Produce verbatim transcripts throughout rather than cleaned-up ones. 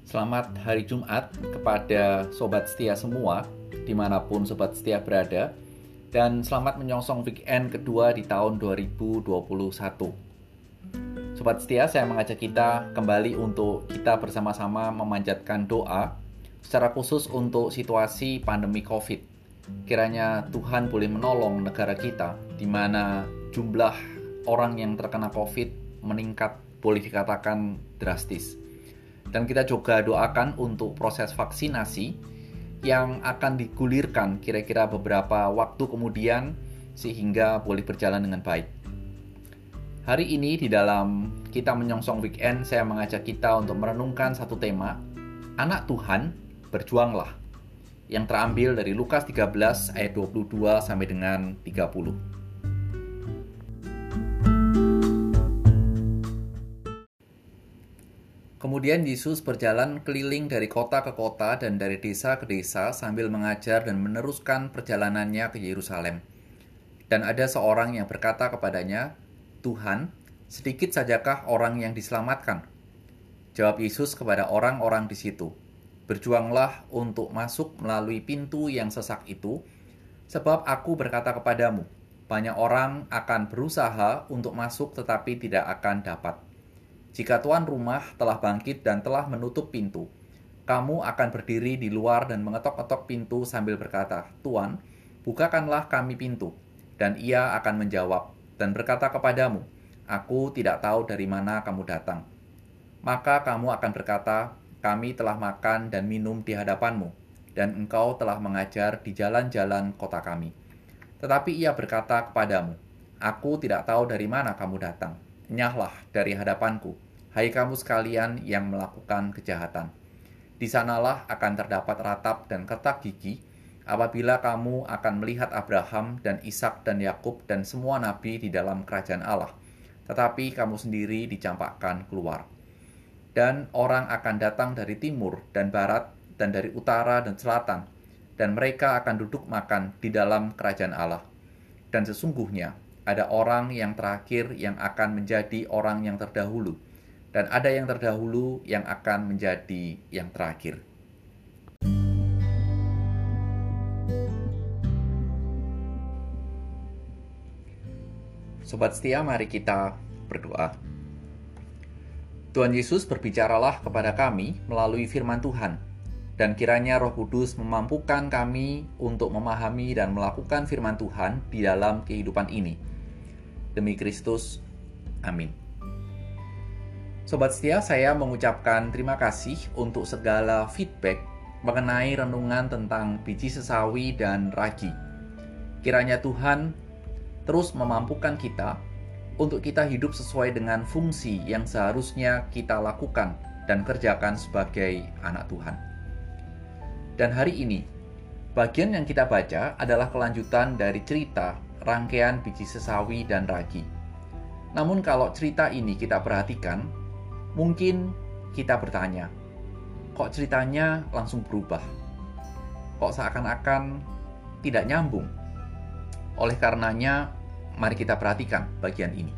Selamat hari Jumat kepada Sobat Setia semua, dimanapun Sobat Setia berada. Dan selamat menyongsong weekend kedua di tahun dua ribu dua puluh satu. Sobat Setia, saya mengajak kita kembali untuk kita bersama-sama memanjatkan doa secara khusus untuk situasi pandemi COVID. Kiranya Tuhan boleh menolong negara kita, di mana jumlah orang yang terkena COVID meningkat, boleh dikatakan drastis. Dan kita juga doakan untuk proses vaksinasi yang akan digulirkan kira-kira beberapa waktu kemudian sehingga boleh berjalan dengan baik. Hari ini di dalam kita menyongsong weekend, saya mengajak kita untuk merenungkan satu tema, Anak Tuhan, berjuanglah, yang terambil dari Lukas tiga belas ayat dua puluh dua sampai dengan tiga puluh. Kemudian Yesus berjalan keliling dari kota ke kota dan dari desa ke desa sambil mengajar dan meneruskan perjalanannya ke Yerusalem. Dan ada seorang yang berkata kepadanya, "Tuhan, sedikit sajakah orang yang diselamatkan?" Jawab Yesus kepada orang-orang di situ, "Berjuanglah untuk masuk melalui pintu yang sesak itu, sebab aku berkata kepadamu, banyak orang akan berusaha untuk masuk tetapi tidak akan dapat. Jika tuan rumah telah bangkit dan telah menutup pintu, kamu akan berdiri di luar dan mengetok-ketok pintu sambil berkata, 'Tuan, bukakanlah kami pintu.' Dan ia akan menjawab dan berkata kepadamu, 'Aku tidak tahu dari mana kamu datang.' Maka kamu akan berkata, 'Kami telah makan dan minum di hadapanmu, dan engkau telah mengajar di jalan-jalan kota kami.' Tetapi ia berkata kepadamu, 'Aku tidak tahu dari mana kamu datang. Enyahlah dari hadapanku, hai kamu sekalian yang melakukan kejahatan. Di sanalah akan terdapat ratap dan ketak gigi, apabila kamu akan melihat Abraham dan Ishak dan Yakub dan semua nabi di dalam kerajaan Allah, tetapi kamu sendiri dicampakkan keluar. Dan orang akan datang dari timur dan barat dan dari utara dan selatan, dan mereka akan duduk makan di dalam kerajaan Allah. Dan sesungguhnya ada orang yang terakhir yang akan menjadi orang yang terdahulu, dan ada yang terdahulu yang akan menjadi yang terakhir." Sobat setia, mari kita berdoa. Tuhan Yesus, berbicaralah kepada kami melalui firman Tuhan, dan kiranya Roh Kudus memampukan kami untuk memahami dan melakukan firman Tuhan di dalam kehidupan ini. Demi Kristus, amin. Sobat setia, saya mengucapkan terima kasih untuk segala feedback mengenai renungan tentang biji sesawi dan ragi. Kiranya Tuhan terus memampukan kita untuk kita hidup sesuai dengan fungsi yang seharusnya kita lakukan dan kerjakan sebagai anak Tuhan. Dan hari ini, bagian yang kita baca adalah kelanjutan dari cerita rangkaian biji sesawi dan ragi. Namun kalau cerita ini kita perhatikan, mungkin kita bertanya, kok ceritanya langsung berubah? Kok seakan-akan tidak nyambung? Oleh karenanya, mari kita perhatikan bagian ini.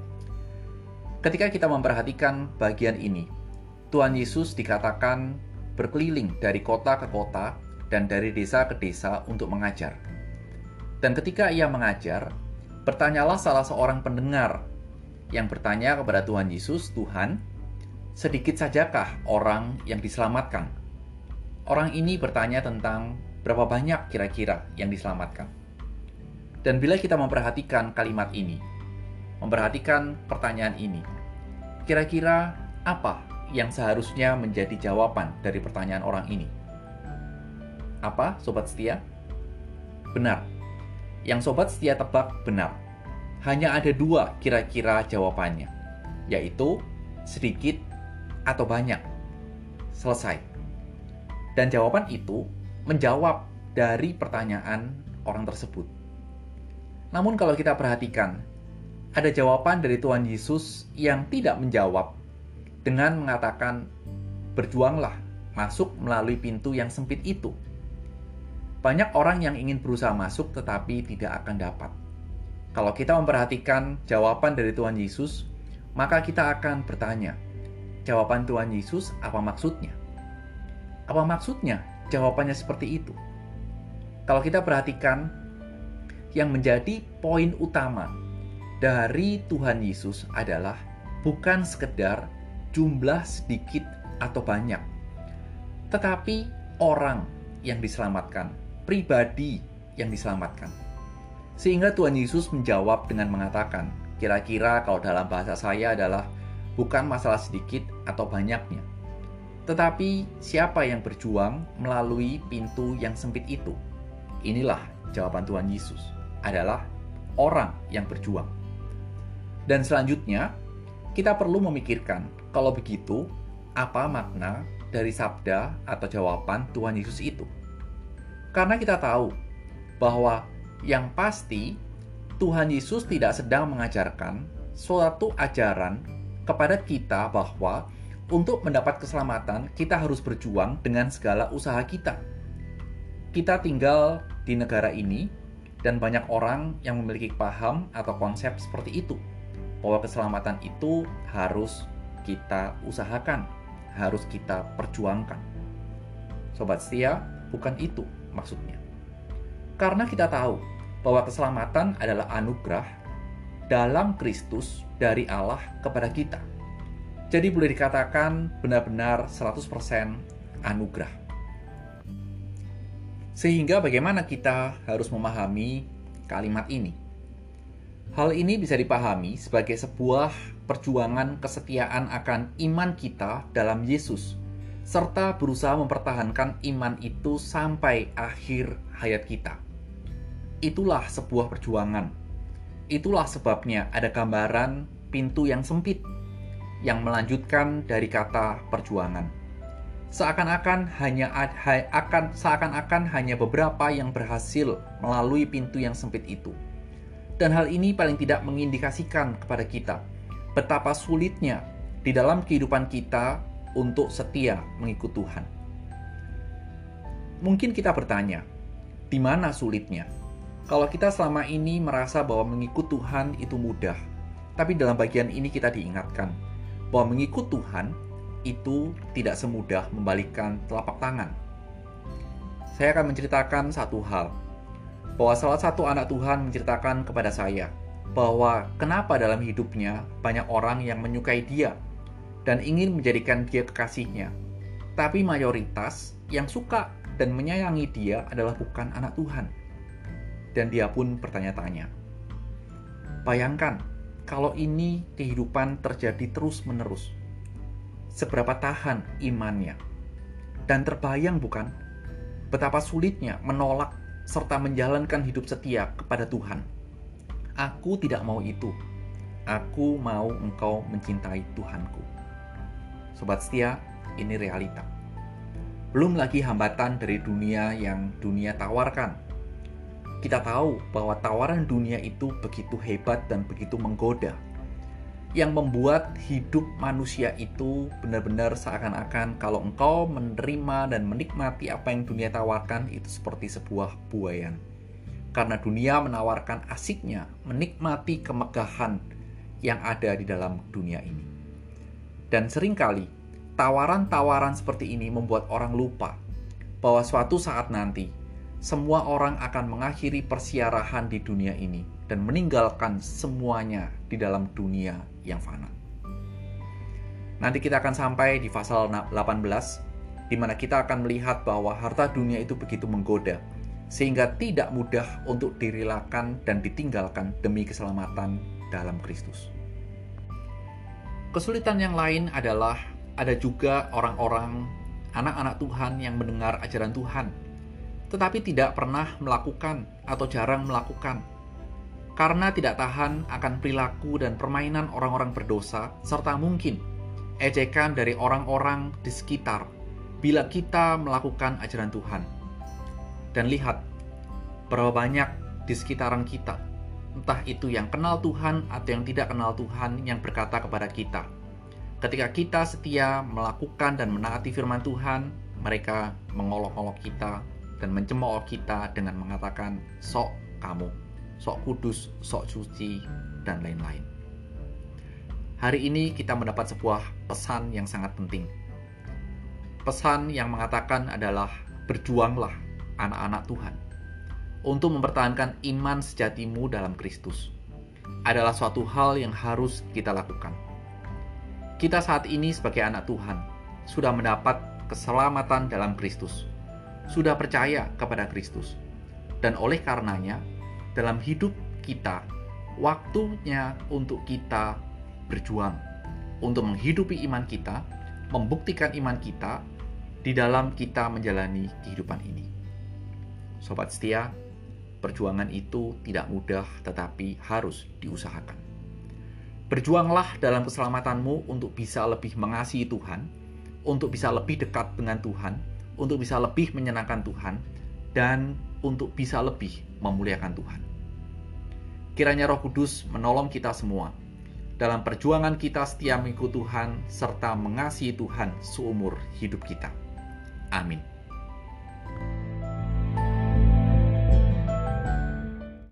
Ketika kita memperhatikan bagian ini, Tuhan Yesus dikatakan berkeliling dari kota ke kota dan dari desa ke desa untuk mengajar. Dan ketika ia mengajar, bertanyalah salah seorang pendengar yang bertanya kepada Tuhan Yesus, "Tuhan, sedikit sajakah orang yang diselamatkan?" Orang ini bertanya tentang berapa banyak kira-kira yang diselamatkan. Dan bila kita memperhatikan kalimat ini, memperhatikan pertanyaan ini, kira-kira apa yang seharusnya menjadi jawaban dari pertanyaan orang ini? Apa, sobat setia? Benar. Yang sobat setia tebak benar. Hanya ada dua kira-kira jawabannya, yaitu sedikit atau banyak. Selesai. Dan jawaban itu menjawab dari pertanyaan orang tersebut. Namun kalau kita perhatikan, ada jawaban dari Tuhan Yesus yang tidak menjawab dengan mengatakan, "Berjuanglah masuk melalui pintu yang sempit itu." Banyak orang yang ingin berusaha masuk tetapi tidak akan dapat. Kalau kita memperhatikan jawaban dari Tuhan Yesus, maka kita akan bertanya, jawaban Tuhan Yesus apa maksudnya? Apa maksudnya jawabannya seperti itu? Kalau kita perhatikan, yang menjadi poin utama dari Tuhan Yesus adalah bukan sekedar jumlah sedikit atau banyak, tetapi orang yang diselamatkan, pribadi yang diselamatkan. Sehingga Tuhan Yesus menjawab dengan mengatakan, kira-kira kalau dalam bahasa saya adalah bukan masalah sedikit atau banyaknya, tetapi siapa yang berjuang melalui pintu yang sempit itu. Inilah jawaban Tuhan Yesus, adalah orang yang berjuang. Dan selanjutnya, kita perlu memikirkan, kalau begitu, apa makna dari sabda atau jawaban Tuhan Yesus itu. Karena kita tahu bahwa yang pasti Tuhan Yesus tidak sedang mengajarkan suatu ajaran kepada kita bahwa untuk mendapat keselamatan kita harus berjuang dengan segala usaha kita. Kita tinggal di negara ini dan banyak orang yang memiliki paham atau konsep seperti itu, bahwa keselamatan itu harus kita usahakan, harus kita perjuangkan. Sobat setia, bukan itu maksudnya. Karena kita tahu bahwa keselamatan adalah anugerah dalam Kristus dari Allah kepada kita. Jadi boleh dikatakan benar-benar seratus persen anugerah. Sehingga bagaimana kita harus memahami kalimat ini? Hal ini bisa dipahami sebagai sebuah perjuangan kesetiaan akan iman kita dalam Yesus, serta berusaha mempertahankan iman itu sampai akhir hayat kita. Itulah sebuah perjuangan. Itulah sebabnya ada gambaran pintu yang sempit yang melanjutkan dari kata perjuangan. Seakan-akan hanya akan seakan-akan hanya beberapa yang berhasil melalui pintu yang sempit itu. Dan hal ini paling tidak mengindikasikan kepada kita betapa sulitnya di dalam kehidupan kita untuk setia mengikut Tuhan. Mungkin kita bertanya, di mana sulitnya? Kalau kita selama ini merasa bahwa mengikut Tuhan itu mudah, tapi dalam bagian ini kita diingatkan bahwa mengikut Tuhan itu tidak semudah membalikkan telapak tangan. Saya akan menceritakan satu hal, bahwa salah satu anak Tuhan menceritakan kepada saya bahwa kenapa dalam hidupnya banyak orang yang menyukai dia dan ingin menjadikan dia kekasihnya, tapi mayoritas yang suka dan menyayangi dia adalah bukan anak Tuhan. Dan dia pun bertanya-tanya, bayangkan kalau ini kehidupan terjadi terus-menerus, seberapa tahan imannya. Dan terbayang bukan betapa sulitnya menolak serta menjalankan hidup setia kepada Tuhan. Aku tidak mau itu. Aku mau engkau mencintai Tuhanku. Sobat setia, ini realita. Belum lagi hambatan dari dunia yang dunia tawarkan. Kita tahu bahwa tawaran dunia itu begitu hebat dan begitu menggoda, yang membuat hidup manusia itu benar-benar seakan-akan kalau engkau menerima dan menikmati apa yang dunia tawarkan itu seperti sebuah buayan. Karena dunia menawarkan asiknya menikmati kemegahan yang ada di dalam dunia ini. Dan seringkali tawaran-tawaran seperti ini membuat orang lupa bahwa suatu saat nanti semua orang akan mengakhiri persiarahan di dunia ini dan meninggalkan semuanya di dalam dunia yang fana. Nanti kita akan sampai di pasal delapan belas, di mana kita akan melihat bahwa harta dunia itu begitu menggoda, sehingga tidak mudah untuk direlakan dan ditinggalkan demi keselamatan dalam Kristus. Kesulitan yang lain adalah ada juga orang-orang, anak-anak Tuhan yang mendengar ajaran Tuhan, tetapi tidak pernah melakukan atau jarang melakukan, karena tidak tahan akan perilaku dan permainan orang-orang berdosa, serta mungkin ejekan dari orang-orang di sekitar bila kita melakukan ajaran Tuhan. Dan lihat, berapa banyak di sekitaran kita, entah itu yang kenal Tuhan atau yang tidak kenal Tuhan, yang berkata kepada kita, ketika kita setia melakukan dan menaati firman Tuhan, mereka mengolok-olok kita dan mencemooh kita dengan mengatakan, sok kamu, sok kudus, sok suci, dan lain-lain. Hari ini kita mendapat sebuah pesan yang sangat penting. pesan yang mengatakan adalah berjuanglah anak-anak Tuhan untuk mempertahankan iman sejatimu dalam Kristus adalah suatu hal yang harus kita lakukan. Kita saat ini sebagai anak Tuhan sudah mendapat keselamatan dalam Kristus, sudah percaya kepada Kristus, dan oleh karenanya dalam hidup kita waktunya untuk kita berjuang untuk menghidupi iman kita, membuktikan iman kita di dalam kita menjalani kehidupan ini. Sobat setia, perjuangan itu tidak mudah tetapi harus diusahakan. Berjuanglah dalam keselamatanmu untuk bisa lebih mengasihi Tuhan, untuk bisa lebih dekat dengan Tuhan, untuk bisa lebih menyenangkan Tuhan, dan untuk bisa lebih memuliakan Tuhan. Kiranya Roh Kudus menolong kita semua dalam perjuangan kita setia mengikuti Tuhan serta mengasihi Tuhan seumur hidup kita. Amin.